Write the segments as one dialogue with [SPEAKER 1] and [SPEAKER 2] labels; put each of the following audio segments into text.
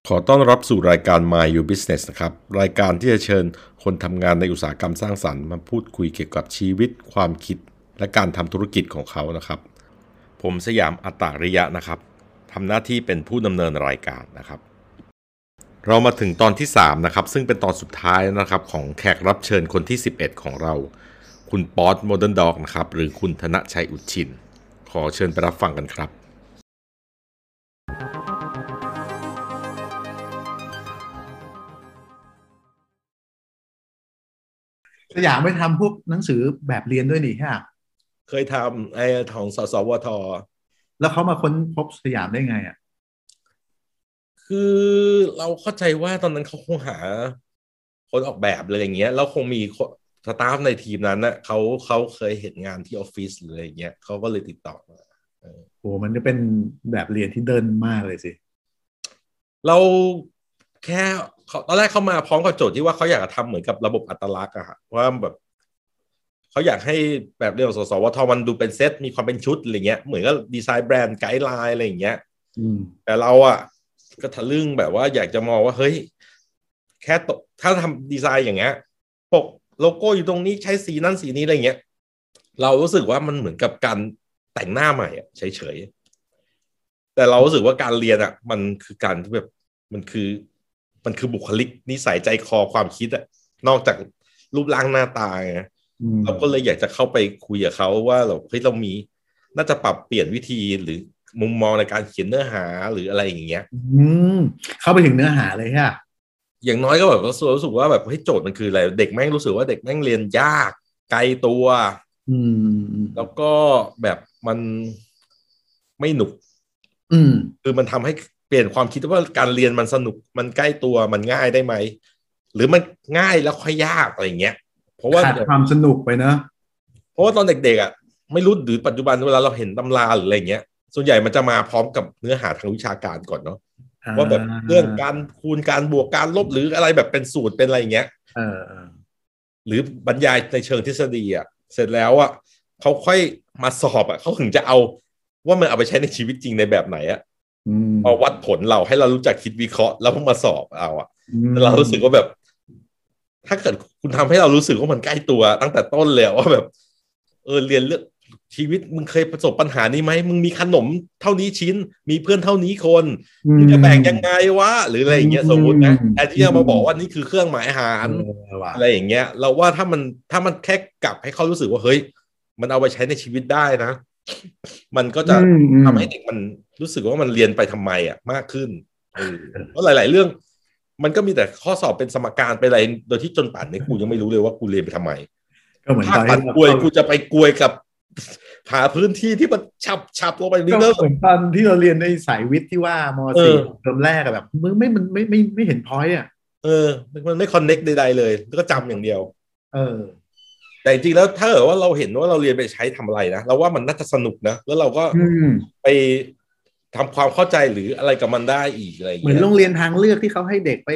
[SPEAKER 1] ขอต้อนรับสู่รายการ My Your Business นะครับรายการที่จะเชิญคนทำงานในอุตสาหกรรมสร้างสรรค์มาพูดคุยเกี่ยวกับชีวิตความคิดและการทำธุรกิจของเขานะครับผมสยามอัตตริยะนะครับทำหน้าที่เป็นผู้ดำเนินรายการนะครับเรามาถึงตอนที่3นะครับซึ่งเป็นตอนสุดท้ายนะครับของแขกรับเชิญคนที่11ของเราคุณป๊อตโมเดิร์นด็อกนะครับหรือคุณธนชัยอุดชินขอเชิญไปรับฟังกันครับ
[SPEAKER 2] สยามไปทำพวกหนังสือแบบเรียนด้วยนี่ฮะ
[SPEAKER 1] เคยทำไอ้ของสสวท.
[SPEAKER 2] แล้วเขามาค้นพบสยามได้ไงอ่ะ
[SPEAKER 1] คือเราเข้าใจว่าตอนนั้นเขาคงหาคนออกแบบอะไรอย่างเงี้ยแล้วคงมีสตาฟในทีมนั้นนะเขาเคยเห็นงานที่ออฟฟิศหรืออะไรอย่างเงี้ยเขาก็เลยติดต่อมา
[SPEAKER 2] โอ้มันจะเป็นแบบเรียนที่เดินมากเลยสิ
[SPEAKER 1] เราแค่ตอนแรกเขามาพร้อมกับโจทย์ที่ว่าเขาอยากจะทำเหมือนกับระบบอัตลักษณ์อะว่าแบบเขาอยากให้แบบเรียนสสวทมันดูเป็นเซตมีความเป็นชุดอะไรเงี้ยเหมือนกับดีไซน์แบรนด์ไกด์ไลน์อะไรอย่างเงี้ยแต่เราอะก็ทะลึ่งแบบว่าอยากจะมองว่าเฮ้ยแค่ถ้าทำดีไซน์อย่างเงี้ยปกโลโก้อยู่ตรงนี้ใช้สีนั้นสีนี้อะไรเงี้ยเรารู้สึกว่ามันเหมือนกับการแต่งหน้าใหม่อะเฉยๆแต่เรารู้สึกว่าการเรียนอะมันคือการที่แบบมันคือบุคลิกนิสัยใจคอความคิดอะนอกจากรูปร่างหน้าตาไงเราก็เลยอยากจะเข้าไปคุยกับเขาว่าเรามีน่าจะปรับเปลี่ยนวิธีหรือมุมมองในการเขียนเนื้อหาหรืออะไรอย่างเงี้ย
[SPEAKER 2] เข้าไปถึงเนื้อหาเลยฮะ
[SPEAKER 1] อย่างน้อยก็แบบรู้สึกว่าแบบเฮ้ยโจทย์มันคืออะไรเด็กแม่งรู้สึกว่าเด็กแม่งเรียนยากไกลตัวแล้วก็แบบมันไม่หนุกคือมันทำให้เปลี่ยนความคิดว่าการเรียนมันสนุกมันใกล้ตัวมันง่ายได้ไหมหรือมันง่ายแล้วค่อยยากอะไรอย่างเงี้ยเพราะว่า
[SPEAKER 2] ขาดความสนุกไปนะ
[SPEAKER 1] เพราะว่าตอนเด็กๆอ่ะไม่รู้หรือปัจจุบันเวลาเราเห็นตำราหรืออะไรเงี้ยส่วนใหญ่มันจะมาพร้อมกับเนื้อหาทางวิชาการก่อนเนาะว่าแบบเรื่องการคูณการบวกการลบหรืออะไรแบบเป็นสูตรเป็นอะไรอย่างเงี้ยหรือบรรยายในเชิงทฤษฎีอ่ะเสร็จแล้วอ่ะเขาค่อยมาสอบอ่ะเขาถึงจะเอาว่ามันเอาไปใช้ในชีวิตจริงในแบบไหนอ่ะพอวัดผลเราให้เรารู้จักคิดวิเคราะห์แล้วพอมาสอบเอาอ่ะเรารู้สึกว่าแบบถ้าเกิดคุณทำให้เรารู้สึกว่ามันใกล้ตัวตั้งแต่ต้นเลยว่าแบบเรียนเรื่องชีวิตมึงเคยประสบปัญหานี้ไหมมึงมีขนมเท่านี้ชิ้นมีเพื่อนเท่านี้คนมึงจะแบ่งยังไงวะหรืออะไรอย่างเงี้ยสมมตินะแต่ที่จะมาบอกว่านี่คือเครื่องหมายอาหารอะไรอย่างเงี้ยเราว่าถ้ามันแค่กลับให้เขารู้สึกว่าเฮ้ยมันเอาไปใช้ในชีวิตได้นะมันก็จะทำให้เด็กมันรู้สึกว่ามันเรียนไปทำไมอ่ะมากขึ้นเพราะหลายๆเรื่องมันก็มีแต่ข้อสอบเป็นสมการเป็นอะไรโดยที่จนป่านนี้กูยังไม่รู้เลยว่ากูเรียนไปทำไม
[SPEAKER 2] ก็เหมือน
[SPEAKER 1] ตอนกลวยกูจะไปกลวยกับหาพื้นที่ที่มันฉับลงไป
[SPEAKER 2] นี่ก็เหมือนตอนที่เราเรียนในสายวิทย์ที่ว่าม.4 เทอมแรกแบบมึงไม่เห็นพอยต์อ่ะ
[SPEAKER 1] มันไม่คอนเน็กใดๆเลยก็จำอย่างเดียวแต่จริงๆแล้วถ้าเกิดว่าเราเห็นว่าเราเรียนไปใช้ทำอะไรนะเราว่ามันน่าจะสนุกนะแล้วเราก็ไปทำความเข้าใจหรืออะไรกับมันได้อีกอะไรอย่าง
[SPEAKER 2] เงี้ยเหมือนโรงเรียนทางเลือกที่เขาให้เด็กไป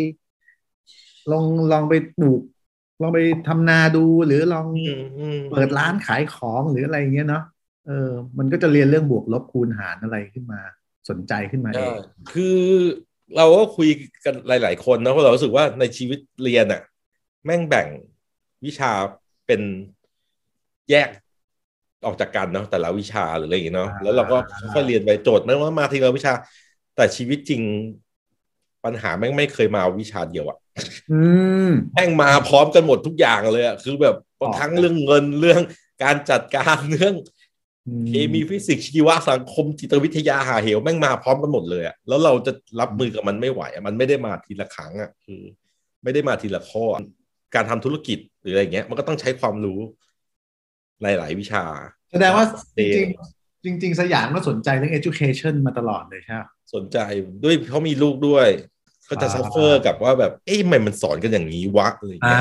[SPEAKER 2] ลองไปปลูกลองไปทำนาดูหรือลองเปิดร้านขายของหรืออะไรอย่างเงี้ยเนาะมันก็จะเรียนเรื่องบวกลบคูณหารอะไรขึ้นมาสนใจขึ้นมาเอง
[SPEAKER 1] คือเราก็คุยกันหลายๆคนนะเพราะเรารู้สึกว่าในชีวิตเรียนอะแม่งแบ่งวิชาเป็นแยกออกจากกันเนาะแต่ละวิชาหรืออะไรอย่างเงี้ยเนาะแล้วเราก็ค่อยเรียนไปโจทย์ไม่ว่ามาทีละวิชาแต่ชีวิตจริงปัญหาแม่งไม่เคยมาวิชาเดียวอะแม่งมาพร้อมกันหมดทุกอย่างเลยอะคือแบบทั้งเรื่องเงินเรื่องการจัดการเรื่องเคมีฟิสิกส์ชีวะสังคมจิตวิทยาหาเหวแม่งมาพร้อมกันหมดเลยอะแล้วเราจะรับมือกับมันไม่ไหวอะมันไม่ได้มาทีละครั้งอะคือไม่ได้มาทีละข้อการทำธุรกิจหรืออะไรเงี้ยมันก็ต้องใช้ความรู้หลายๆวิชา
[SPEAKER 2] แสดงว่าจริงสยามก็สนใจเรื่อง education มาตลอดเลยใช่ไหม
[SPEAKER 1] สนใจด้วยเขามีลูกด้วยก็จะซัฟเฟอร์กับว่าแบบทำไมมันสอนกันอย่างนี้วะอะไรเงี้ย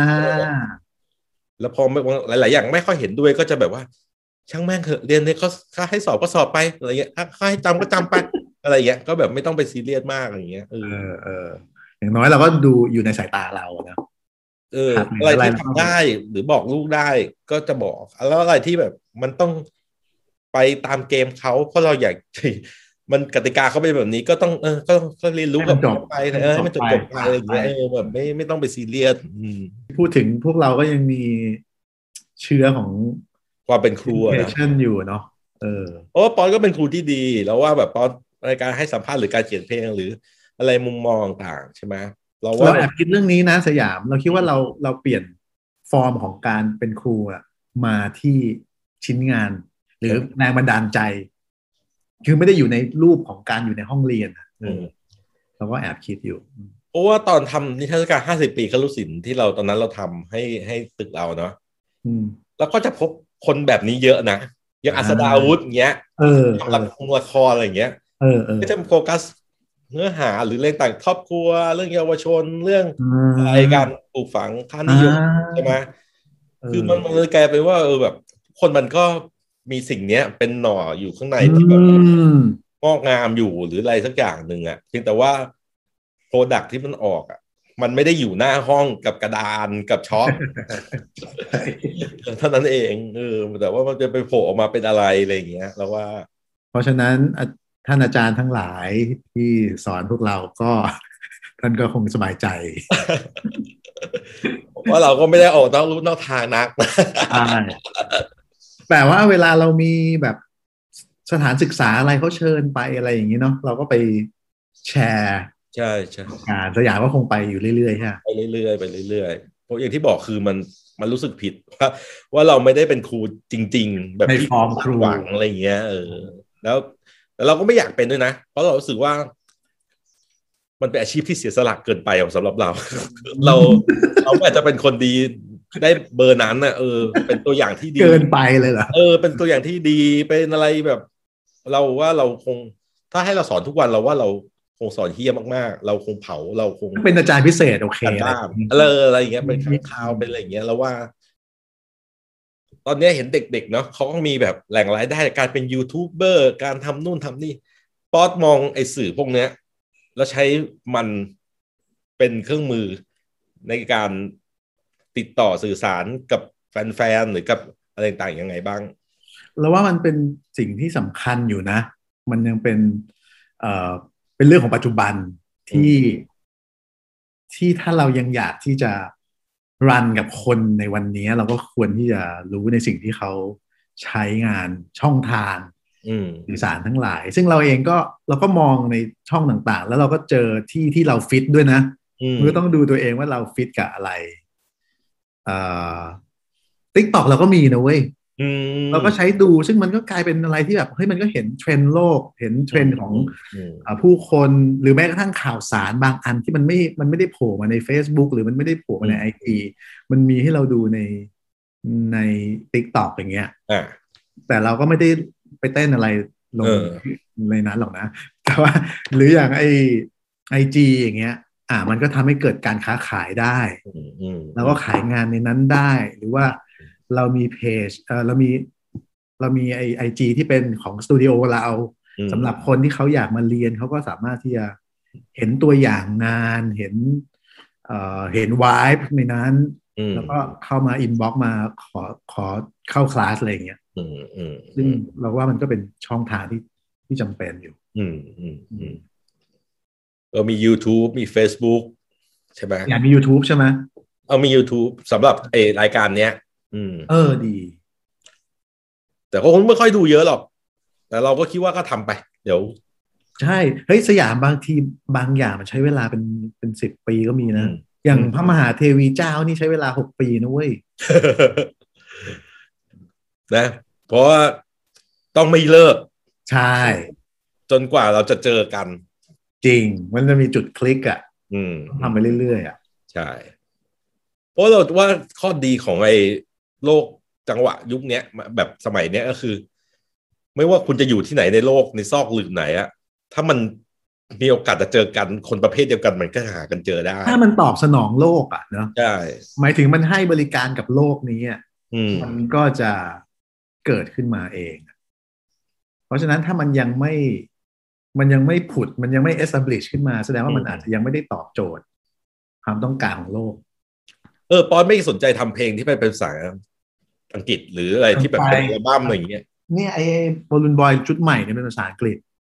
[SPEAKER 1] แล้วพอหลายๆอย่างไม่ค่อยเห็นด้วยก็จะแบบว่าช่างแม่งเถอะเรียนเนี่ยเขาให้สอบก็สอบไปอะไรเงี้ยถ้าให้จำก็จำไปอะไรเงี้ยก็แบบไม่ต้องไปซีเรียสมากอะไรเงี้ย
[SPEAKER 2] อย่างน้อยเราก็ดูอยู่ในสายตาเรานะ
[SPEAKER 1] อะไรที่ทำได้หรือบอกลูกได้ก็จะบอกแล้วอะไรที่แบบมันต้องไปตามเกมเขาเพราะเราอยากมันกติกาเขาเป็นแบบนี้ก็ต้องก็เรียนรู้กับไปให้มันจบไปอะไรอย่างเงี้ยแบบไม่ต้องไปซีเรียส
[SPEAKER 2] พูดถึงพวกเราก็ยังมีเชื้อของ
[SPEAKER 1] ความเป็นครูนะ
[SPEAKER 2] อยู่เนาะ
[SPEAKER 1] โอ้ปอนก็เป็นครูที่ดีแล้วว่าแบบปอนในการให้สัมภาษณ์หรือการเขียนเพลงหรืออะไรมุมมองต่างใช่ไหม
[SPEAKER 2] เราแอบคิดเรื่องนี้นะสยามเราคิดว่าเราเปลี่ยนฟอร์มของการเป็นครูอะมาที่ชิ้นงานหรือแรงบันดาลใจคือไม่ได้อยู่ในรูปของการอยู่ในห้องเรียนเราก็แอบคิดอยู่
[SPEAKER 1] เพราะว่าตอนทำนิทรรศการ50 ปีครุศิลป์ที่เราตอนนั้นเราทำให้ตึกเราเนาะแล้วก็จะพบคนแบบนี้เยอะนะอย่างอัศดาวุฒิเงี้ยทำละครอะไรเงี้ยก็จะโฟกัสเนื้อหาหรือเรื่องต่างครอบครัวเรื่องเยาวชนเรื่องอะไรการปลูกฝังค่านิยมใช่ไหมคือมันเลยกลายเป็นว่าแบบคนมันก็มีสิ่งเนี้ยเป็นหน่ออยู่ข้างในที่แบบงอกงามอยู่หรืออะไรสักอย่างหนึ่งอ่ะเพียงแต่ว่าโปรดักที่มันออกอ่ะมันไม่ได้อยู่หน้าห้องกับกระดานกับช็อคเท่านั้นเองแต่ว่ามันจะไปโผล่ออกมาเป็นอะไรอะไรอย่างเงี้ยแล้วว่า
[SPEAKER 2] เพราะฉะนั้นท่านอาจารย์ทั้งหลายที่สอนพวกเราก็ท่านก็คงสบายใจ
[SPEAKER 1] ว่าเราก็ไม่ได้ออกนอกรูนอกทางนัก
[SPEAKER 2] ใช่แต่ว่าเวลาเรามีแบบสถานศึกษาอะไรเขาเชิญไปอะไรอย่างนี้เนาะเราก็ไปแชร์
[SPEAKER 1] ใช่ใช่
[SPEAKER 2] สยามก็คงไปอยู่เรื่อยๆใช่
[SPEAKER 1] ไปเรื่อยๆไปเรื่อยๆเพราะอย่างที่บอกคือมันรู้สึกผิดว่าเราไม่ได้เป็นครูจริงๆแบบ
[SPEAKER 2] ที่ครู
[SPEAKER 1] หวังอะไรอย่างเงี้ยแล้วแต่เราก็ไม่อยากเป็นด้วยนะเพราะเรารู้สึกว่ามันเป็นอาชีพที่เสียสละเกินไปสำหรับเราเราอาจจะเป็นคนดีได้เบอร์นั้นน่ะเป็นตัวอย่างที่ดี
[SPEAKER 2] เกินไปเลยเหรอ
[SPEAKER 1] เป็นตัวอย่างที่ดีเป็นอะไรแบบเราว่าเราคงถ้าให้เราสอนทุกวันเราว่าเราคงสอนเฮี้ยมากๆเราคงเผาเราคง
[SPEAKER 2] เป็นอาจารย์พิเศษโอเค
[SPEAKER 1] อะไรอย่างเงี้ยเป็นข้างคาวเป็นอะไรอย่างเงี้ยแล้วว่าตอนนี้เห็นเด็กๆเนาะเขาก็มีแบบแหล่งรายได้การเป็นยูทูบเบอร์การทำนู่นทำนี่ป๊อตมองไอ้สื่อพวกเนี้ยแล้วใช้มันเป็นเครื่องมือในการติดต่อสื่อสารกับแฟนๆหรือกับอะไรต่างๆยังไงบ้าง
[SPEAKER 2] แล้วว่ามันเป็นสิ่งที่สำคัญอยู่นะมันยังเป็นเป็นเรื่องของปัจจุบันที่ถ้าเรายังอยากที่จะรันกับคนในวันนี้เราก็ควรที่จะรู้ในสิ่งที่เขาใช้งานช่องทางสื่อสารทั้งหลายซึ่งเราเองก็เราก็มองในช่องต่างๆแล้วเราก็เจอที่เราฟิตด้วยนะมันก็ต้องดูตัวเองว่าเราฟิตกับอะไรTikTok เราก็มีนะเว้ยเราก็ใช้ดูซึ่งมันก็กลายเป็นอะไรที่แบบเฮ้ยมันก็เห็นเทรนด์โลกเห็นเทรนด์ของผู้คนหรือแม้กระทั่งข่าวสารบางอันที่มันไม่ได้โผล่มาใน Facebook หรือมันไม่ได้โผล่มาใน IG มันมีให้เราดูใน TikTok อย่างเงี้ยแต่เราก็ไม่ได้ไปเต้นอะไรลงในนั้นหรอกนะแต่ว่าหรืออย่างIG อย่างเงี้ยมันก็ทำให้เกิดการค้าขายได้แล้วก็ขายงานในนั้นได้หรือว่าเรามีเพจเรามีIGที่เป็นของสตูดิโอเราสำหรับคนที่เขาอยากมาเรียนเขาก็สามารถที่จะเห็นตัวอย่างงานเห็นวายในนั้นแล้วก็เข้ามาอินบ็อกมาขอเข้าคลาสอะไรอย่างเงี้ยซึ่งเราว่ามันก็เป็นช่องทางที่จำเป็นอยู่
[SPEAKER 1] เรามี YouTube มี Facebook ใช่ไหม
[SPEAKER 2] อยากมี YouTube ใช่ไหม
[SPEAKER 1] มี YouTube สำหรับรายการเนี้ย
[SPEAKER 2] ดี
[SPEAKER 1] แต่ก็คงไม่ค่อยดูเยอะหรอกแต่เราก็คิดว่าก็ทำไปเดี๋ยว
[SPEAKER 2] ใช่เฮ้ยสยามบางทีบางอย่างมันใช้เวลาเป็น10 ปีก็มีนะอย่างพระมหาเทวีเจ้านี่ใช้เวลา6 ปีนะเว้ย
[SPEAKER 1] นะเพราะว่าต้องไม่เลิก
[SPEAKER 2] ใช่
[SPEAKER 1] จนกว่าเราจะเจอกัน
[SPEAKER 2] จริงมันจะมีจุดคลิกทำไปเรื่อย
[SPEAKER 1] ๆใช่เพราะเราว่าข้อดีของโลกจังหวะยุคนี้แบบสมัยนี้ก็คือไม่ว่าคุณจะอยู่ที่ไหนในโลกในซอกหลืบไหนอะถ้ามันมีโอกาสจะเจอกันคนประเภทเดียวกันมันก็หากันเจอได้
[SPEAKER 2] ถ้ามันตอบสนองโลกเนาะ
[SPEAKER 1] ใช่
[SPEAKER 2] หมายถึงมันให้บริการกับโลกนี้มันก็จะเกิดขึ้นมาเองเพราะฉะนั้นถ้ามันยังไม่ผุดมันยังไม่ establish ขึ้นมาแสดงว่ามันอาจจะยังไม่ได้ตอบโจทย์ความต้องการของโลก
[SPEAKER 1] ปอนไม่สนใจทำเพลงที่เป็นภาษาอังกฤษหรืออะไรที่แบบเป็นอัลบั้มอะไรอย่างเงี้ย
[SPEAKER 2] เนี่ยไอ้บอลลูนบอยชุดใหม่เนี่ยเป็นภาษาอังกฤษ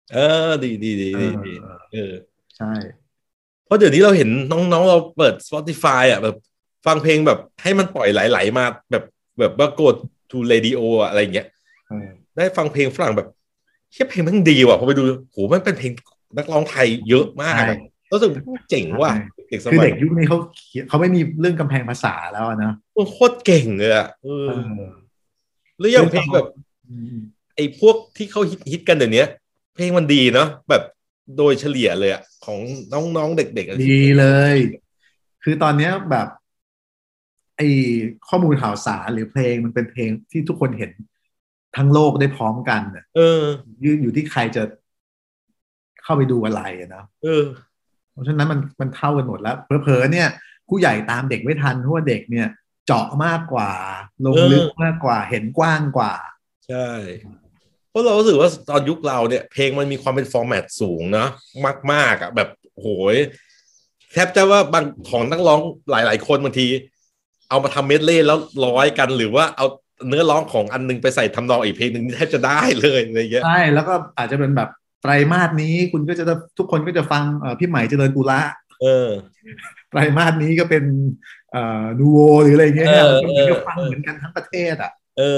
[SPEAKER 1] ดี
[SPEAKER 2] ใช่
[SPEAKER 1] เพราะเดี๋ยวนี้เราเห็นน้องๆเราเปิด Spotify อ่ะแบบฟังเพลงแบบให้มันปล่อยไหลๆมาแบบว่า go to radio อะอะไรเงี้ยได้ฟังเพลงฝรั่งแบบเฮ้ยเพลงมันดีว่ะพอไปดูโหมันเป็นเพลงนักร้องไทยเยอะมากรู้สึกเจ๋งว่ะเด็กส
[SPEAKER 2] คือ
[SPEAKER 1] มัย
[SPEAKER 2] เด็กยุคนี้เขาไม่มีเรื่องกำแพงภาษาแล้วนะ
[SPEAKER 1] โคตรเก่งเลยอ่ะหรืออย่างเพลงแบบไอ้พวกที่เขาฮิตกันเดี๋ยวนี้เพลงมันดีเนาะแบบโดยเฉลี่ยเลยอ่ะของน้องๆเด็กๆ
[SPEAKER 2] ดีเลย คือตอนนี้แบบไอ้ข้อมูลข่าวสารหรือเพลงมันเป็นเพลงที่ทุกคนเห็นทั้งโลกได้พร้อมกันเนี่ยอยู่ที่ใครจะเข้าไปดูอะไรนะเพราะฉะนั้นมันเท่ากันหมดแล้วเผลอๆเนี่ยผู้ใหญ่ตามเด็กไม่ทันเพราะว่าเด็กเนี่ยเจาะมากกว่าลงลึกมากกว่าเห็นกว้างกว่า
[SPEAKER 1] ใช่เพราะเรารู้สึกว่าตอนยุคเราเนี่ยเพลงมันมีความเป็นฟอร์แมตสูงนะมากๆอ่ะแบบโหยแทบจะว่าบางของนักร้องหลายๆคนบางทีเอามาทำเมดเล่แล้วร้อยกันหรือว่าเอาเนื้อร้องของอันนึงไปใส่ทำนองอีกเพลงหนึ่งแทบจะได้เลยอะไรเงี้ย
[SPEAKER 2] ใช่แล้วก็อาจจะเป็นแบบไตรมาสนี้คุณก็จะทุกคนก็จะฟังพี่ใหม่เจริญปุระไตรมาสนี้ก็เป็นนูโวหรืออะไรเงี้ยมันก็เหมือนกับฟังเหมือนกันทั้งประเทศอ่ะ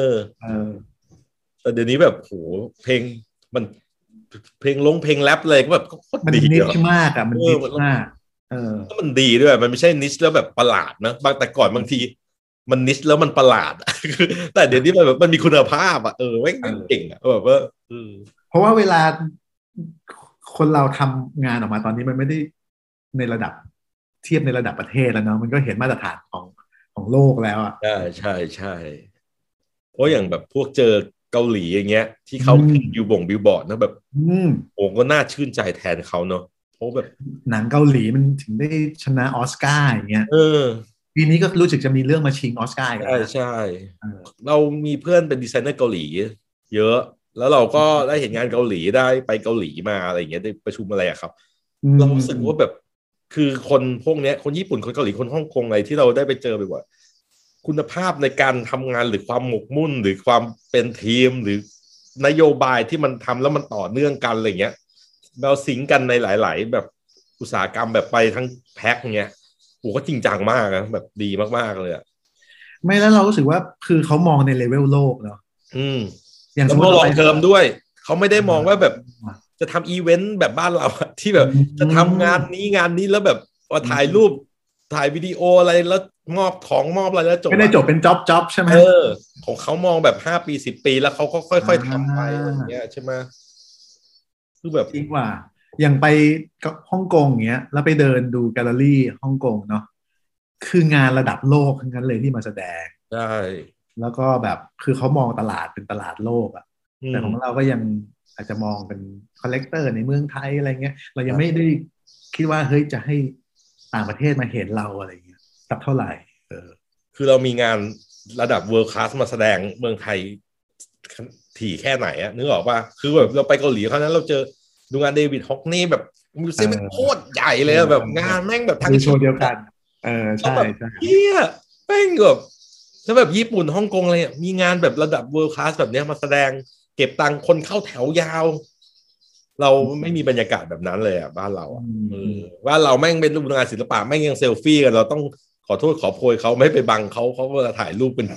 [SPEAKER 1] แต่เดี๋ยวนี้แบบโหเพลงมันเพลงแรปเลยก็แบบโคตรดี
[SPEAKER 2] มันนิชมากอ่ะมันนิชมาก
[SPEAKER 1] แล้วมันดีด้วยมันไม่ใช่นิชแล้วแบบประหลาดนะบางแต่ก่อนบางทีมันนิชแล้วมันประหลาดแต่เดี๋ยวนี้มันแบบมันมีคุณภาพอ่ะไม่เก่งอ่ะแบบว่า
[SPEAKER 2] เพราะว่าเวลาคนเราทำงานออกมาตอนนี้มันไม่ได้ในระดับเทียบในระดับประเทศแล้วเนาะมันก็เห็นมาตรฐานของโลกแล้วอ่ะ
[SPEAKER 1] ใช่เพราะอย่างแบบพวกเจอเกาหลีอย่างเงี้ยที่เขาบิลบอร์ดนะแบบโอ้ก็น่าชื่นใจแทนเขาเนาะเพราะแบบ
[SPEAKER 2] หนังเกาหลีมันถึงได้ชนะออสการ์อย่างเงี้ยปีนี้ก็รู้สึกจะมีเรื่องมาชิงออสการ์กัน
[SPEAKER 1] ใช่เรามีเพื่อนเป็นดีไซเนอร์เกาหลีเยอะแล้วเราก็ได้เห็นงานเกาหลีได้ไปเกาหลีมาอะไรอย่างเงี้ยได้ประชุมอะไรครับเรารู้สึกว่าแบบคือคนพวกนี้คนญี่ปุ่นคนเกาหลีคนฮ่องกงอะไรที่เราได้ไปเจอบ่อยๆคุณภาพในการทำงานหรือความหมกมุ่นหรือความเป็นทีมหรือนโยบายที่มันทำแล้วมันต่อเนื่องกันอะไรเงี้ยเราสิงกันในหลายๆแบบอุตสาหกรรมแบบไปทั้งแพ็คเงี้ยโอ้ก็จริงจังมากนะแบบดีมากๆเลย
[SPEAKER 2] ไม่แล้วเรารู้สึกว่าคือเขามองในเลเวลโลกเนาะ
[SPEAKER 1] อย่างสมมติลองเทอมด้วยเขาไม่ได้มองว่าแบบจะทำอีเวนต์แบบบ้านเราที่แบบจะทำงานนี้แล้วแบบว่าถ่ายรูปถ่ายวิดีโออะไรแล้วมอบของมอบอะไรแล้วจบ
[SPEAKER 2] ไม่ได้จบเป็นจ็อบใช่ไหม
[SPEAKER 1] ของเขามองแบบ5 ปี10 ปีแล้วเขาก็ค่อยๆทำไปอย่างเงี้ยใช่ไหมคือแบบ
[SPEAKER 2] จริงว่าอย่างไปฮ่องกงเงี้ยแล้วไปเดินดูแกลเลอรี่ฮ่องกงเนาะคืองานระดับโลกทั้งนั้นเลยที่มาแสดง
[SPEAKER 1] ใช่
[SPEAKER 2] แล้วก็แบบคือเขามองตลาดเป็นตลาดโลกอะแต่ของเราก็ยังอาจจะมองเป็นคอลเลกเตอร์ในเมืองไทยอะไรเงี้ยเรายังไม่ได้คิดว่าเฮ้ยจะให้ต่างประเทศมาเห็นเราอะไรเงี้ยสักเท่าไหร่
[SPEAKER 1] คือเรามีงานระดับ world class มาแสดงเมืองไทยถี่แค่ไหนอะนึกออกป่ะคือแบบเราไปเกาหลีครั้งนั้นเราเจอดูงานเดวิดฮอกนี่แบบมิวเซียมมันโคตรใหญ่เลยแบบงานแม่งแบบทั้ง
[SPEAKER 2] โชว์เดียวกันใช่
[SPEAKER 1] ใช่เฮียแม่งแบบแล้วแบบญี่ปุ่นฮ่องกงอะไรมีงานแบบระดับ world class แบบนี้มาแสดงเก็บตังค์คนเข้าแถวยาวเราไม่มีบรรยากาศแบบนั้นเลยอ่ะบ้านเราอ่ะบ้านเราแม่งเป็นรูปงานศิลปะแม่งยังเซลฟี่กันเราต้องขอโทษขอโพยเขาไม่ไปบังเขาก็ถ่ายรูปเป็น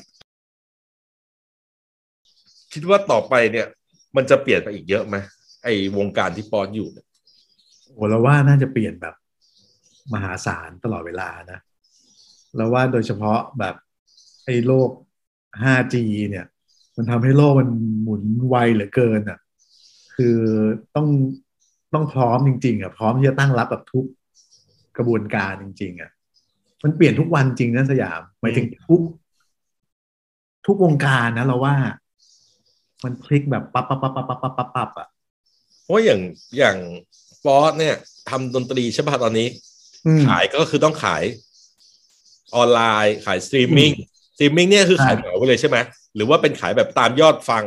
[SPEAKER 1] คิดว่าต่อไปเนี่ยมันจะเปลี่ยนไปอีกเยอะไหมไอ้วงการที่ปอนอยู่
[SPEAKER 2] โอ้เราว่าน่าจะเปลี่ยนแบบมหาศาลตลอดเวลานะแล้วว่าโดยเฉพาะแบบไอ้โลก 5G เนี่ยมันทำให้โลกมันหมุนไวเหลือเกินอ่ะคือต้องต้องพร้อมจริงๆอ่ะพร้อมที่จะตั้งรับแบบทุกกระบวนการจริงๆอ่ะมันเปลี่ยนทุกวันจริงนะสยามหมายถึงทุกวงการนะเราว่ามันพลิกแบบปั๊บอ่ะ
[SPEAKER 1] เพราะอย่างฟอสเนี่ยทำดนตรีใช่ป่ะตอนนี้ขายก็คือต้องขายออนไลน์ขายสตรีมมิ่งเนี่ยคือขายเหมาไปเลยใช่ไหมหรือว่าเป็นขายแบบตามยอดฟัง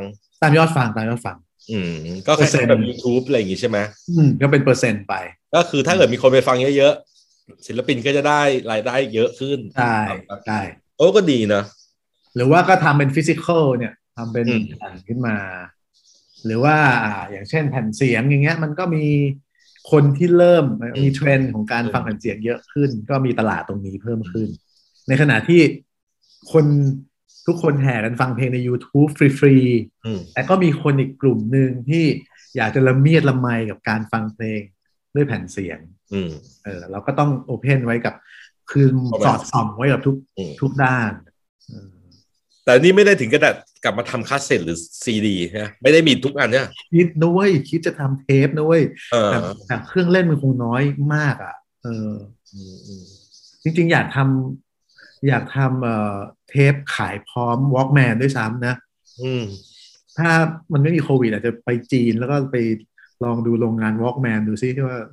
[SPEAKER 1] ก็คล้ายๆแบบ YouTube อะไรอย่างงี้ใช่ไหม
[SPEAKER 2] ก็เป็นเปอร์เซ็นต์ไป
[SPEAKER 1] ก็คือถ้าเกิดมีคนไปฟังเยอะๆศิลปินก็จะได้รายได้เยอะขึ้น
[SPEAKER 2] ใช่
[SPEAKER 1] โอ้ก็ดีนะ
[SPEAKER 2] หรือว่าก็ทำเป็นฟิสิกอลเนี่ยทำเป็นแผ่นขึ้นมาหรือว่าอย่างเช่นแผ่นเสียงอย่างเงี้ยมันก็มีคนที่เริ่มมีเทรนด์ของการฟังแผ่นเสียงเยอะขึ้นก็มีตลาดตรงนี้เพิ่มขึ้นในขณะที่คนทุกคนแห่กันฟังเพลงใน YouTube ฟรีๆแต่ก็มีคนอีกกลุ่มหนึ่งที่อยากจะละเมียดละไมกับการฟังเพลงด้วยแผ่นเสียงเราก็ต้องโอเพนไว้กับคือสอดส่องไว้กับทุกด้าน
[SPEAKER 1] แต่นี่ไม่ได้ถึงกระดาษกลับมาทำคาสเซ็ตหรือซีดีนะไม่ได้มีทุกอันเนี่ย
[SPEAKER 2] คิดนะเว้ยคิดจะทำเทปนะเว้ยแต่เครื่องเล่นมันคงน้อยมากอ่ะจริงๆอยากทำเทปขายพร้อมวอล์กแมนด้วยซ้ำนะถ้ามันไม่มีโควิดอาจจะไปจีนแล้วก็ไปลองดูโรงงานวอล์กแมนดูซิที่ว่า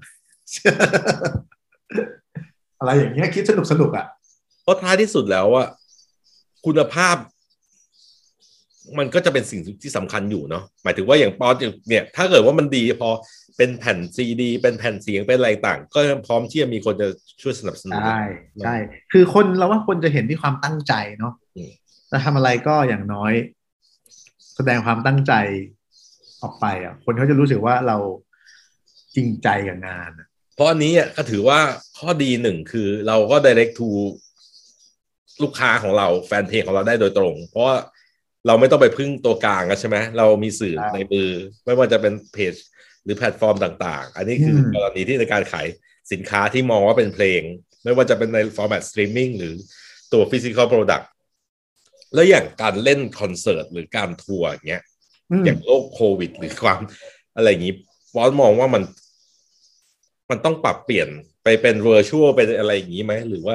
[SPEAKER 2] อะไรอย่างเงี้ยคิดสนุกอ่ะ
[SPEAKER 1] เพราะท้ายที่สุดแล้วอ่ะคุณภาพมันก็จะเป็นสิ่งที่สำคัญอยู่เนาะหมายถึงว่าอย่างปอเนี่ยถ้าเกิดว่ามันดีพอเป็นแผ่นซีดีเป็นแผ่นเสียงเป็นอะไรต่างก็พร้อมที่จะมีคนจะช่วยสนับสนุน
[SPEAKER 2] ใช่คือคนเราว่าคนจะเห็นที่ความตั้งใจเนาะจะทำอะไรก็อย่างน้อยแสดงความตั้งใจออกไปอ่ะคนเขาจะรู้สึกว่าเราจริงใจกับงาน
[SPEAKER 1] เพราะอันนี้ก็ถือว่าข้อดีหนึ่งคือเราก็ direct to ลูกค้าของเราแฟนเพลงของเราได้โดยตรงเพราะเราไม่ต้องไปพึ่งตัวกลางใช่ไหมเรามีสื่อในมือไม่ว่าจะเป็นเพจหรือแพลตฟอร์มต่างๆอันนี้คือกรณีที่ในการขายสินค้าที่มองว่าเป็นเพลงไม่ว่าจะเป็นในฟอร์แมตสตรีมมิ่งหรือตัวฟิสิคอลโปรดักต์แล้วอย่างการเล่นคอนเสิร์ตหรือการทัวร์อย่างเงี้ยอย่างโรคโควิดหรือความอะไรอย่างนี้ฟอสมองว่ามันต้องปรับเปลี่ยนไปเป็นเวอร์ชวลเป็นอะไรอย่างนี้ไหมหรือว่า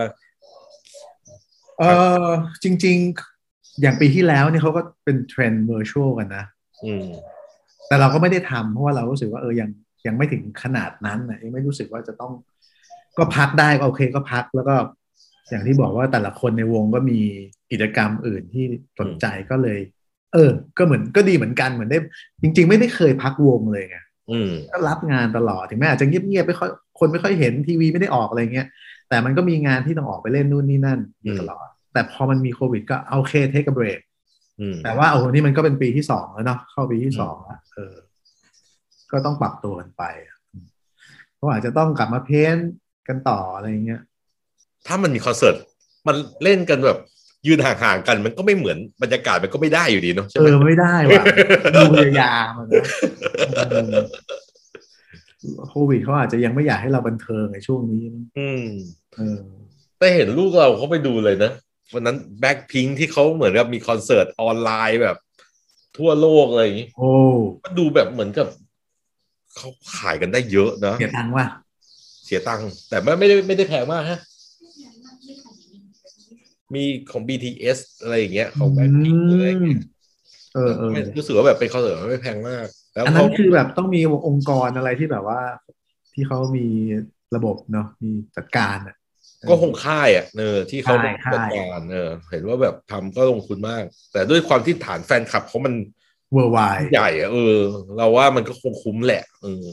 [SPEAKER 2] จริงๆอย่างปีที่แล้วเนี่ยเขาก็เป็นเทรนด์เวอร์ชวลกันนะแต่เราก็ไม่ได้ทำเพราะว่าเรารู้สึกว่ายังไม่ถึงขนาดนั้นนะยังไม่รู้สึกว่าจะต้องก็พักได้ก็โอเคก็พักแล้วก็อย่างที่บอกว่าแต่ละคนในวงก็มีกิจกรรมอื่นที่สนใจก็เลยก็เหมือนก็ดีเหมือนกันเหมือนได้จริงๆไม่ได้เคยพักวงเลยไงก็รับงานตลอดถึงแม้อาจจะเงียบๆไม่ค่อยคนไม่ค่อยเห็นทีวีไม่ได้ออกอะไรเงี้ยแต่มันก็มีงานที่ต้องออกไปเล่นนู่นนี่นั่นตลอดแต่พอมันมีโควิดก็โอเคเทคกับเบรกแต่ว่าโอ้โหนี่มันก็เป็นปีที่2แล้วเนาะเข้าปีที่2แล้วก็ต้องปรับตัวกันไปก็อาจจะต้องกลับมาเพ้นกันต่ออะไรเงี้ย
[SPEAKER 1] ถ้ามันมีคอนเสิร์ตมันเล่นกันแบบยืนห่างๆกันมันก็ไม่เหมือนบรรยากาศมันก็ไม่ได้อยู่ดีเนาะใช่ไหม
[SPEAKER 2] ไม่ได้ว่ะดูยาวๆมันนะโควิดเขาอาจจะยังไม่อยากให้เราบันเทิงในช่วงนี้
[SPEAKER 1] แต่เห็นลูกเราเขาไปดูเลยนะวันนั้นแบ็คพิงค์ที่เขาเหมือนกับมีคอนเสิร์ตออนไลน์แบบทั่วโลกอะไรอย่างนี้ก็ดูแบบเหมือนกับเขาขายกันได้เยอะนะ
[SPEAKER 2] เสียตังค์ว่ะ
[SPEAKER 1] เสียตังค์แต่ไม่ได้แพงมากฮะมีของ BTS อะไรอย่างเงี้ยของแบ็คพิงค์อะไรอย่างเงี้ยรู้สึกว่าแบบเป็นคอนเสิร์ตไม่แพงมาก
[SPEAKER 2] แล้วอันนั้นคือแบบต้องมีองค์กรอะไรที่แบบว่าที่เขามีระบบเนาะมีจัดการ
[SPEAKER 1] ก็คงค่ายที่เขาจัดการเห็นว่าแบบทำก็ลงทุนมากแต่ด้วยความที่ฐานแฟนคลับเขามัน
[SPEAKER 2] เวอร์ไว
[SPEAKER 1] ใหญ่เราว่ามันก็คงคุ้มแหละ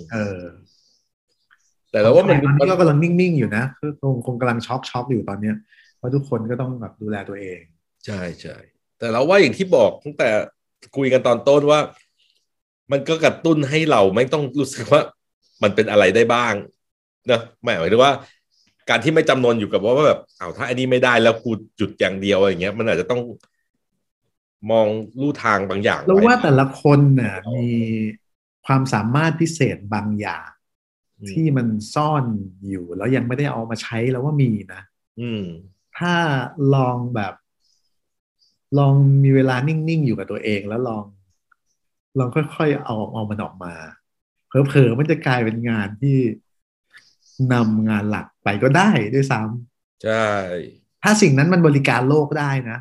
[SPEAKER 1] แต่เราว่า
[SPEAKER 2] มันก็กำลังนิ่งๆอยู่นะคือคงกำลังช็อกอยู่ตอนเนี้ยเพราะทุกคนก็ต้องแบบดูแลตัวเอง
[SPEAKER 1] ใช่แต่เราว่าอย่างที่บอกตั้งแต่คุยกันตอนต้นว่ามันก็กระตุ้นให้เราไม่ต้องรู้สึกว่ามันเป็นอะไรได้บ้างนะหมายถึงว่าการที่ไม่จำนวนอยู่กับว่าแบบถ้าอันนี้ไม่ได้แล้วกูจุดอย่างเดียวอย่างเงี้ยมันอาจจะต้องมองลู่ทางบางอย่าง
[SPEAKER 2] แล้วว่าแต่ละคนน่ะมีความสามารถพิเศษบางอย่างที่มันซ่อนอยู่แล้วยังไม่ได้เอามาใช้แล้วว่ามีนะถ้าลองมีเวลานิ่งๆอยู่กับตัวเองแล้วลองค่อยๆเอามันออกมาเผลอๆมันจะกลายเป็นงานที่นำงานหลักไปก็ได้ด้วยซ้
[SPEAKER 1] ำใช่
[SPEAKER 2] ถ้าสิ่งนั้นมันบริการโลกได้นะ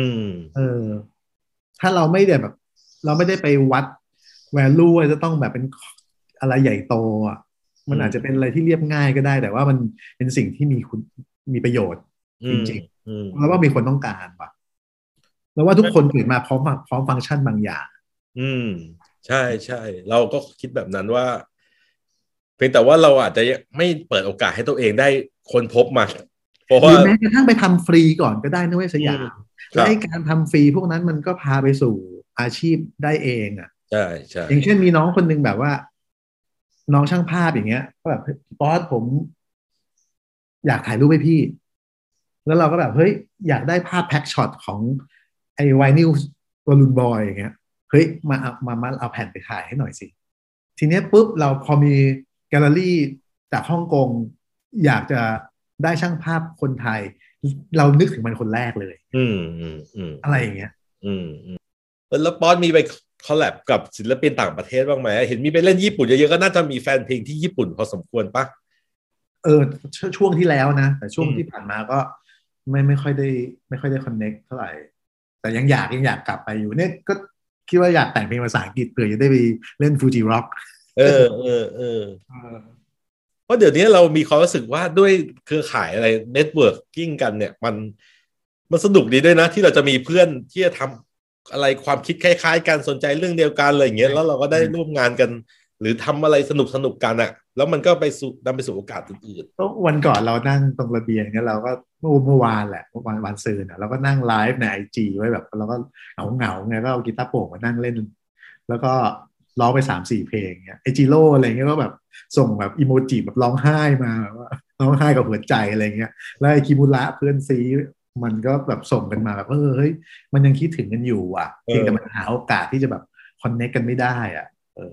[SPEAKER 2] ถ้าเราไม่ได้แบบเราไม่ได้ไปวัด value ว่าจะต้องแบบเป็นอะไรใหญ่โตอ่ะมันอาจจะเป็นอะไรที่เรียบง่ายก็ได้แต่ว่ามันเป็นสิ่งที่มีประโยชน์จริงๆแล้วว่ามีคนต้องการป่ะแล้วว่าทุกคนเกิดมาพร้อมฟังก์ชันบางอย่าง
[SPEAKER 1] ใช่เราก็คิดแบบนั้นว่าเพียงแต่ว่าเราอาจจะไม่เปิดโอกาสให้ตัวเองได้ค้นพบมา
[SPEAKER 2] เพราะว่าแม้กระทั่งไปทำฟรีก่อนก็ได้นะเว้ยสยามและการทำฟรีพวกนั้นมันก็พาไปสู่อาชีพได้เองอ่ะ
[SPEAKER 1] ใช่ใช่
[SPEAKER 2] อย่างเช่นมีน้องคนนึงแบบว่าน้องช่างภาพอย่างเงี้ยก็แบบป๊อตผมอยากถ่ายรูปให้พี่แล้วเราก็แบบเฮ้ยอยากได้ภาพแพ็กช็อตของไอ้ไวนิลบอลลูนบอยอย่างเงี้ยเฮ้ยมาเอาแผ่นไปถ่ายให้หน่อยสิทีเนี้ยปุ๊บเราพอมีแกลเลอรี่จากฮ่องกงอยากจะได้ช่างภาพคนไทยเรานึกถึงมันคนแรกเลยอะไรอย่างเงี้ย
[SPEAKER 1] อืมแล้วป๊อตมีไปคอลแลบกับศิลปินต่างประเทศบ้างไหมเห็นมีไปเล่นญี่ปุ่นเยอะๆก็น่าจะมีแฟนเพลงที่ญี่ปุ่นพอสมควรปะ
[SPEAKER 2] เออช่วงที่แล้วนะแต่ช่วงที่ผ่านมาก็ไม่ค่อยได้ไม่ค่อยได้คอนเน็กเท่าไหร่แต่ยังอยากกลับไปอยู่เนี่ยก็คิดว่าอยากแต่งเพลงภาษาอังกฤษเผื่อจะได้ไปเล่นฟูจิร็อก
[SPEAKER 1] เพราะเดี๋ยวนี้เรามีความรู้สึกว่าด้วยเครือข่ายอะไรเน็ตเวิร์กิ่งกันเนี่ยมันสนุกดีด้วยนะที่เราจะมีเพื่อนที่จะทำอะไรความคิดคล้ายๆกันสนใจเรื่องเดียวกันอะไรอย่างเงี้ยแล้วเราก็ได้ร่วมงานกันหรือทำอะไรสนุกกันอ่ะแล้วมันก็นำไปสู่โอกาสอื่น
[SPEAKER 2] ก็วันก่อนเรานั่งตรงระเบียงเนี่ยเราก็เมื่อวานแหละวันซืนอ่ะเราก็นั่งไลฟ์ในIGไว้แบบเราก็เหงาไงก็เอากีตาร์โปร่งมานั่งเล่นแล้วก็ร้องไป3-4เพลงเงี้ยไอจิโร่อะไรเงี้ยก็แบบส่งแบบอีโมจิแบบร้องไห้มาแบบว่าร้องไห้กับหัวใจอะไรเงี้ยแล้วไอคิมุระเพื่อนซีมันก็แบบส่งกันมาแบบเฮ้ยมันยังคิดถึงกันอยู่อ่ะเพียงแต่มันหาโอกาสที่จะแบบคอนเนคกันไม่ได้อ่ะ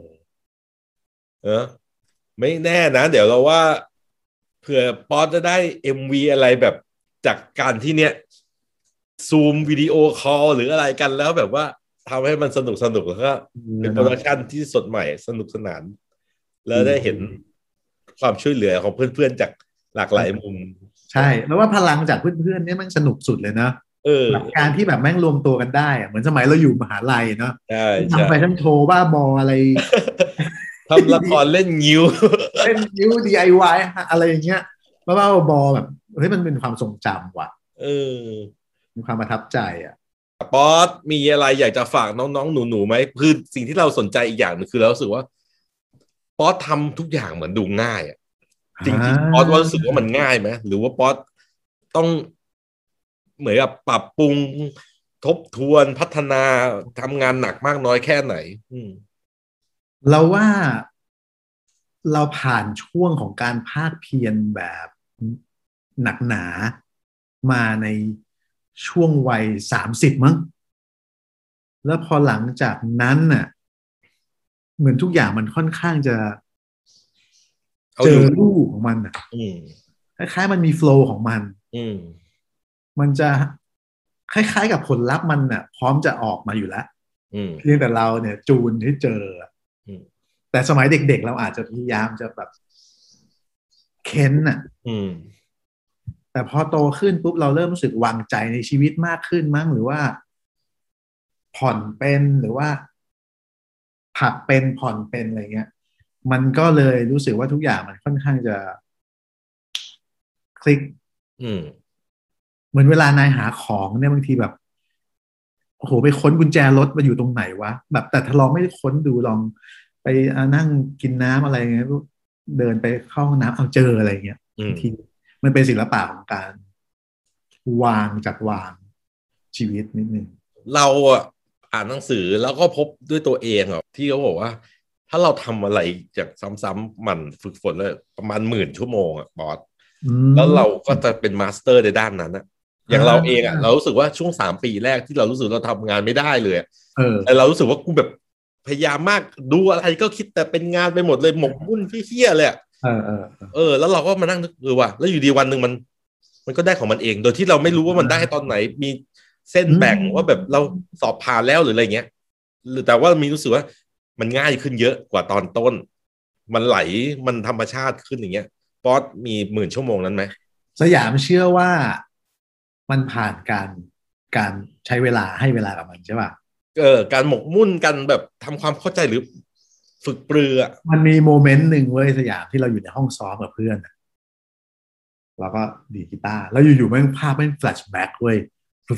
[SPEAKER 1] ไม่แน่นะเดี๋ยวเราว่าเผื่อป๊อตจะได้ MV อะไรแบบจากการที่เนี้ยซูมวิดีโอคอลหรืออะไรกันแล้วแบบว่าทำให้มันสนุกแล้วก็เป็นโปรดักชันที่สดใหม่สนุกสนานแล้วได้เห็นความช่วยเหลือของเพื่อนๆจากหลากหลายมุม
[SPEAKER 2] ใช่แล้วว่าพลังจากเพื่อนๆเนี่ยมันสนุกสุดเลยนะแบบการที่แบบแม่งรวมตัวกันได้อะเหมือนสมัยเราอยู่มหาลัยเนาะ
[SPEAKER 1] ใช่
[SPEAKER 2] ทำแฟชั่นโชว์บ้าบออะไร
[SPEAKER 1] ทำละครเล่นงิ้ว
[SPEAKER 2] เล่นนิ้ว DIY อะไรอย่างเงี้ยบ้าๆบอๆแบบเฮ้ยมันเป็นความทรงจำว่ะมีความประทับใจอ่ะ
[SPEAKER 1] ป๊อตมีอะไรอยากจะฝากน้องๆหนูๆไหมคือสิ่งที่เราสนใจอีกอย่างนึงคือเรารู้สึกว่าป๊อตทำทุกอย่างเหมือนดูง่ายอ่ะจริงๆป๊อตว่ารู้สึกว่ามันง่ายไหมหรือว่าป๊อตต้องเหมือนกับปรับปรุงทบทวนพัฒนาทำงานหนักมากน้อยแค่ไหน
[SPEAKER 2] เราว่าเราผ่านช่วงของการภาคเพียรแบบหนักหนามาในช่วงวัย30มั้งแล้วพอหลังจากนั้นน่ะเหมือนทุกอย่างมันค่อนข้างจะเจอรูปของมันอ่ะคล้ายๆมันมีโฟล์ของมันมันจะคล้ายๆกับผลลัพธ์มันน่ะพร้อมจะออกมาอยู่แล้วเพียงแต่เราเนี่ยจูนให้เจอแต่สมัยเด็กๆเราอาจจะพยายามจะแบบเค้นน่ะแต่พอโตขึ้นปุ๊บเราเริ่มรู้สึกวางใจในชีวิตมากขึ้นมั้งหรือว่าผ่อนเป็นหรือว่าผักเป็นผ่อนเป็นอะไรเงี้ยมันก็เลยรู้สึกว่าทุกอย่างมันค่อนข้างจะคลิกเหมือนเวลานายหาของเนี่ยบางทีแบบโอ้โหไปค้นกุญแจรถมาอยู่ตรงไหนวะแบบแต่ถ้าลองไม่ได้ค้นดูลองไปนั่งกินน้ำอะไรเงี้ยเดินไปเข้าห้องน้ำเอาเจออะไรเงี้ยบางทีมันเป็นศิลปะของการจัดวางชีวิตนิดนึง
[SPEAKER 1] เราอ่านหนังสือแล้วก็พบด้วยตัวเองที่เขาบอกว่าถ้าเราทำอะไรจากซ้ำๆมันฝึกฝนเลยประมาณ10,000 ชั่วโมงบอสแล้วเราก็จะเป็นมาสเตอร์ในด้านนั้นอย่างเราเองเรารู้สึกว่าช่วง3 ปีแรกที่เรารู้สึกเราทำงานไม่ได้เลยแต่เรารู้สึกว่ากูแบบพยายามมากดูอะไรก็คิดแต่เป็นงานไปหมดเลยหมกมุ่นเฮี้ยเลยแล้วเราก็มานั่งนึกว่าแล้วอยู่ดีวันหนึ่งมันก็ได้ของมันเองโดยที่เราไม่รู้ว่ามันได้ตอนไหนมีเส้นแบ่งว่าแบบเราสอบผ่านแล้วหรืออะไรเงี้ยหรือแต่ว่ามีรู้สึกว่ามันง่ายขึ้นเยอะกว่าตอนต้นมันไหลมันธรรมชาติขึ้นอย่างเงี้ยป๊อตมี10,000 ชั่วโมงนั้นไหม
[SPEAKER 2] สยามเชื่อว่ามันผ่านการใช้เวลาให้เวลากับมันใช่ป่ะ
[SPEAKER 1] การหมกมุ่นกันแบบทำความเข้าใจหรือฝึกปรือ
[SPEAKER 2] มันมีโมเมนต์หนึ่งเว้ยสยามที่เราอยู่ในห้องซ้อมกับเพื่อนเราก็ดีดกีตาร์แล้วอยู่ๆแม่งภาพแม่งแฟลชแบ็กเว้ย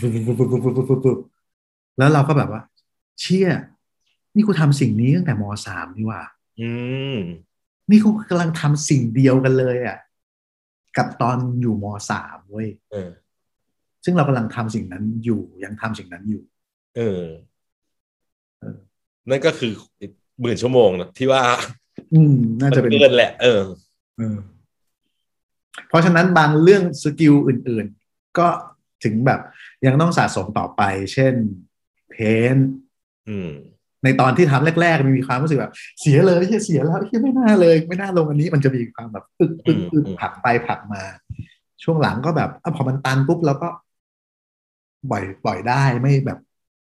[SPEAKER 2] แล้วเราก็แบบว่าเชี่ยนี่กูทำสิ่งนี้ตั้งแต่ม.3นี่ว่านี่กูกำลังทำสิ่งเดียวกันเลยกับตอนอยู่ม.3เว้ยซึ่งเรากำลังทำสิ่งนั้นอยู่ยังทำสิ่งนั้นอยู่
[SPEAKER 1] นั่นก็คือ10,000 ชั่วโมงนะที่ว่า
[SPEAKER 2] น่าจะเป็น
[SPEAKER 1] เกินแหละ
[SPEAKER 2] เพราะฉะนั้นบางเรื่องสกิลอื่นๆก็ถึงแบบยังต้องสะสมต่อไปเช่นเพนในตอนที่ทำแรกๆมันมีความรู้สึกแบบเสียเลยเสียแล้วไม่น่าเลยไม่น่าลงอันนี้มันจะมีความแบบอึกผักไปผักมาช่วงหลังก็แบบพอมันตันปุ๊บเราก็ปล่อยได้ไม่แบบ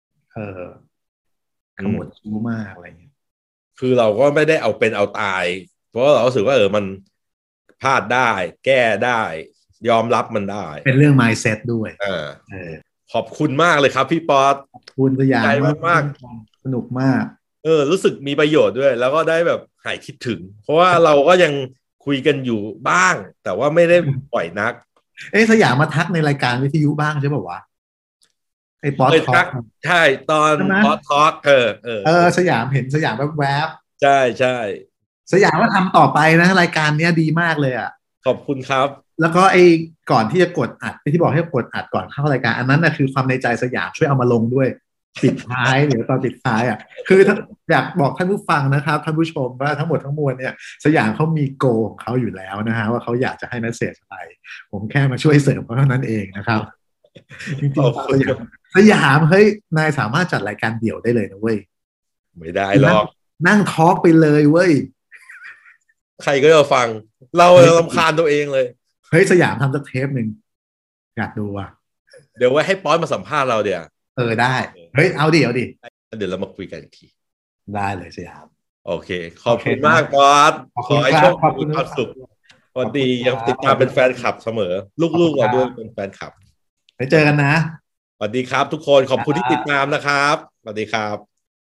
[SPEAKER 2] ขมวดคิ้วมากอะไรอย่างเงี้ย
[SPEAKER 1] คือเราก็ไม่ได้เอาเป็นเอาตายเพราะเรารู้สึกว่ามันพลาดได้แก้ได้ยอมรับมันได้
[SPEAKER 2] เป็นเรื่อง mindset ด้วย
[SPEAKER 1] ขอบคุณมากเลยครับพี่ป๊อต
[SPEAKER 2] ขอบคุณตัวอย่าง
[SPEAKER 1] มาก
[SPEAKER 2] สนุกมาก
[SPEAKER 1] รู้สึกมีประโยชน์ด้วยแล้วก็ได้แบบหายคิดถึงเพราะว่าเราก็ยังคุยกันอยู่บ้างแต่ว่าไม่ได้ปล่อยนัก
[SPEAKER 2] สยามมาทักในรายการวิทยุบ้างใช่ป่าววะไอ้ป๊อตทอล์ก
[SPEAKER 1] ใช่ตอนป๊อตทอล์ก
[SPEAKER 2] สยามเห็นสยามแวบ
[SPEAKER 1] ๆใช่
[SPEAKER 2] สยามว่าทำต่อไปนะรายการเนี้ยดีมากเลยอ่ะ
[SPEAKER 1] ขอบคุณครับ
[SPEAKER 2] แล้วก็ก่อนที่จะกดอัดที่บอกให้กดอัดก่อนเข้ารายการอันนั้นนะคือความในใจสยามช่วยเอามาลงด้วยปิดท้ายเดี๋ยวตอนปิดท้ายอ่ะคืออยากบอกท่านผู้ฟังนะครับท่านผู้ชมว่าทั้งหมดทั้งมวลเนี่ยสยามเขามีโกของเขาอยู่แล้วนะฮะว่าเขาอยากจะให้เมสเสจอะไรผมแค่มาช่วยเสริมเขาเท่านั้นเองนะครับจริงๆสยามเฮ้ยนายสามารถจัดรายการเดี่ยวได้เลยนะเว้ย
[SPEAKER 1] ไม่ได้หรอก
[SPEAKER 2] นั่งทอล์กไปเลยเว้ย
[SPEAKER 1] ใครก็จะฟังเรารำคาญตัวเองเลย
[SPEAKER 2] เฮ้ยสยามทำสักเทปหนึ่งอยากดูอ่ะ
[SPEAKER 1] เดี๋ยวไว้ให้ป๊อตมาสัมภาษณ์เราเดี๋ยว
[SPEAKER 2] ได้เฮ้ยเอาดิ
[SPEAKER 1] เดี๋ยวเรามาคุยกันอีกที
[SPEAKER 2] ได้เลยสยาม
[SPEAKER 1] โอเคขอบคุณมากป๊อตขอให้โชคดีความสุขสวัสดียังติดตามเป็นแฟนคลับเสมอลูกๆเราด้วยเป็นแฟนคลับ
[SPEAKER 2] ไปเจอกันนะ
[SPEAKER 1] สวัสดีครับทุกคนขอบคุณที่ติดตามนะครับสวัสดีครับ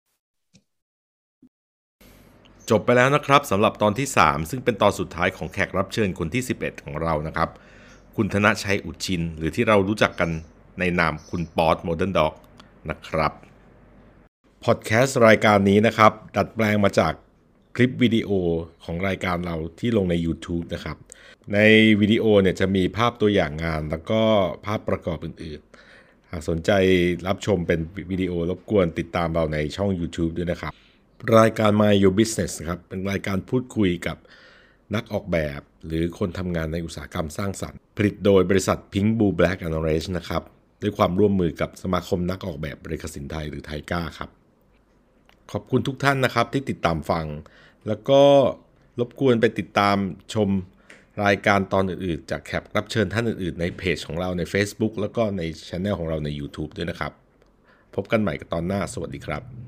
[SPEAKER 1] จบไปแล้วนะครับสำหรับตอนที่3ซึ่งเป็นตอนสุดท้ายของแขกรับเชิญคนที่11ของเรานะครับคุณธนชัยอุชินหรือที่เรารู้จักกันในนามคุณป๊อตโมเดิร์นด็อกนะครับพอดแคสต์รายการนี้นะครับดัดแปลงมาจากคลิปวิดีโอของรายการเราที่ลงใน YouTube นะครับในวิดีโอเนี่ยจะมีภาพตัวอย่างงานแล้วก็ภาพประกอบอื่นๆหากสนใจรับชมเป็นวิดีโอรบกวนติดตามเราในช่อง YouTube ด้วยนะครับรายการ My Your Business ครับเป็นรายการพูดคุยกับนักออกแบบหรือคนทำงานในอุตสาหกรรมสร้างสรรค์ผลิตโดยบริษัท Pink Blue Black and Orange นะครับด้วยความร่วมมือกับสมาคมนักออกแบบลิขสิทธิ์ไทยหรือไทก้าครับขอบคุณทุกท่านนะครับที่ติดตามฟังแล้วก็รบกวนไปติดตามชมรายการตอนอื่นๆจากแขกรับเชิญท่านอื่นๆในเพจของเราใน Facebook แล้วก็ใน Channel ของเราใน YouTube ด้วยนะครับพบกันใหม่กับตอนหน้าสวัสดีครับ